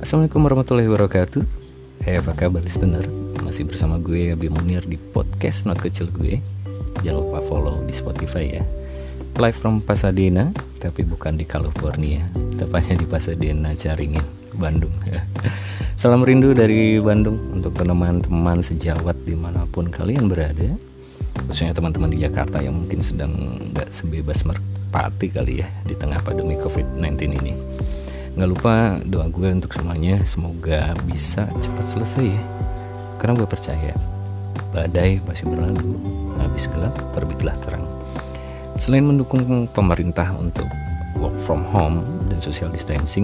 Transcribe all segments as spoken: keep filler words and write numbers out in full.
Assalamualaikum warahmatullahi wabarakatuh. Hai, apa kabar listener? Masih bersama gue Abi Munir di podcast Not Kecil gue. Jangan lupa follow di Spotify ya. Live from Pasadena, tapi bukan di California, tepatnya di Pasadena, Caringin, Bandung. Salam rindu dari Bandung untuk teman-teman sejawat dimanapun kalian berada, khususnya teman-teman di Jakarta yang mungkin sedang gak sebebas merpati kali ya di tengah pandemi covid sembilan belas ini. Gak lupa doa gue untuk semuanya, semoga bisa cepat selesai ya, karena gue percaya badai pasti berlalu, habis gelap terbitlah terang. Selain mendukung pemerintah untuk work from home dan social distancing,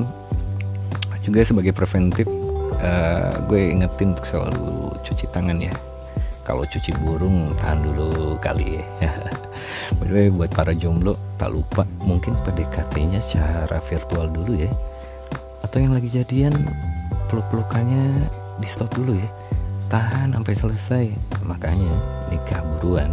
juga sebagai preventif, uh, gue ingetin untuk selalu cuci tangan ya. Kalau cuci burung tahan dulu kali ya. By the way, buat para jomblo tak lupa mungkin P D K T-nya secara virtual dulu ya. Atau yang lagi jadian, peluk-pelukannya di stop dulu ya. Tahan sampai selesai, makanya nikah buruan.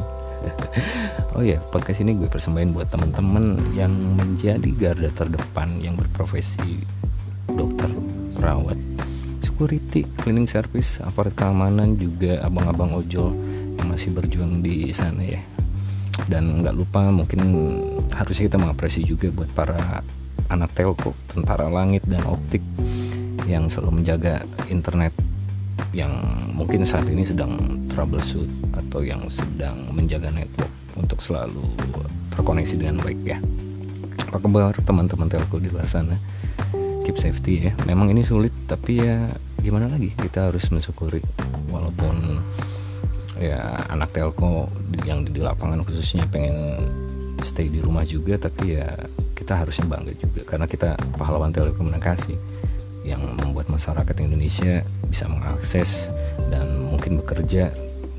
Oh ya, podcast ini gue persembahin buat teman-teman yang menjadi garda terdepan, yang berprofesi dokter, perawat, security, cleaning service, aparat keamanan, juga abang-abang ojol yang masih berjuang di sana ya. Dan nggak lupa mungkin harusnya kita mengapresiasi juga buat para anak telco, tentara langit dan optik yang selalu menjaga internet, yang mungkin saat ini sedang troubleshoot atau yang sedang menjaga network untuk selalu terkoneksi dengan baik ya. Apa kabar teman-teman telco di luar sana? Keep safety ya. Memang ini sulit, tapi ya gimana lagi, kita harus mensyukuri walaupun ya anak telco yang di lapangan khususnya pengen stay di rumah juga, tapi ya kita harusnya bangga juga karena kita pahlawan telekomunikasi yang membuat masyarakat Indonesia bisa mengakses dan mungkin bekerja,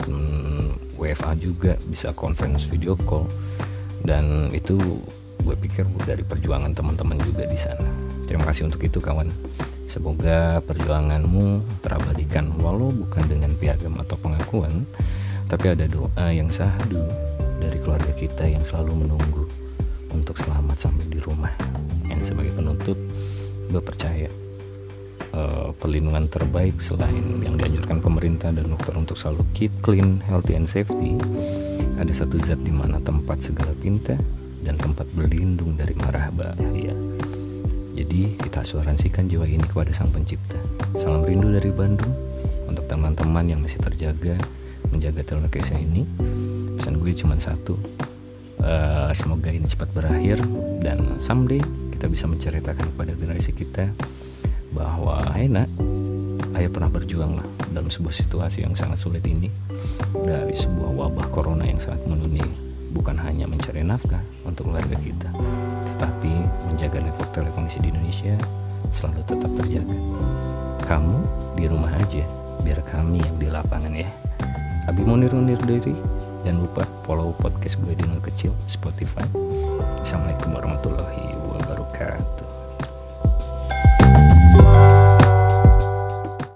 hmm, W F H juga, bisa conference video call, dan itu gue pikir dari perjuangan teman-teman juga di sana. Terima kasih untuk itu kawan. Semoga perjuanganmu terabadikan walau bukan dengan piagam atau pengakuan, tapi ada doa yang syahdu dari keluarga kita yang selalu menunggu untuk selamat sampai di rumah. Dan sebagai penutup, gue percaya uh, perlindungan terbaik selain yang dianjurkan pemerintah dan dokter untuk selalu keep clean, healthy and safety, ada satu zat di mana tempat segala pinta dan tempat berlindung dari marah bahaya. Jadi kita asuransikan jiwa ini kepada Sang Pencipta. Salam rindu dari Bandung untuk teman-teman yang masih terjaga menjaga telekomunikasi ini. Pesan gue cuma satu, uh, semoga ini cepat berakhir dan someday kita bisa menceritakan kepada generasi kita bahwa hey nak, ayah pernah berjuang lah dalam sebuah situasi yang sangat sulit ini, dari sebuah wabah corona yang sangat mendunia. Bukan hanya mencari nafkah untuk keluarga kita, tetapi menjaga network telekomunikasi di Indonesia selalu tetap terjaga. Kamu di rumah aja, biar kami yang di lapangan ya. Abi Munir undur diri. Jangan lupa follow podcast gue di Not Kecil Spotify. Assalamualaikum warahmatullahi wabarakatuh.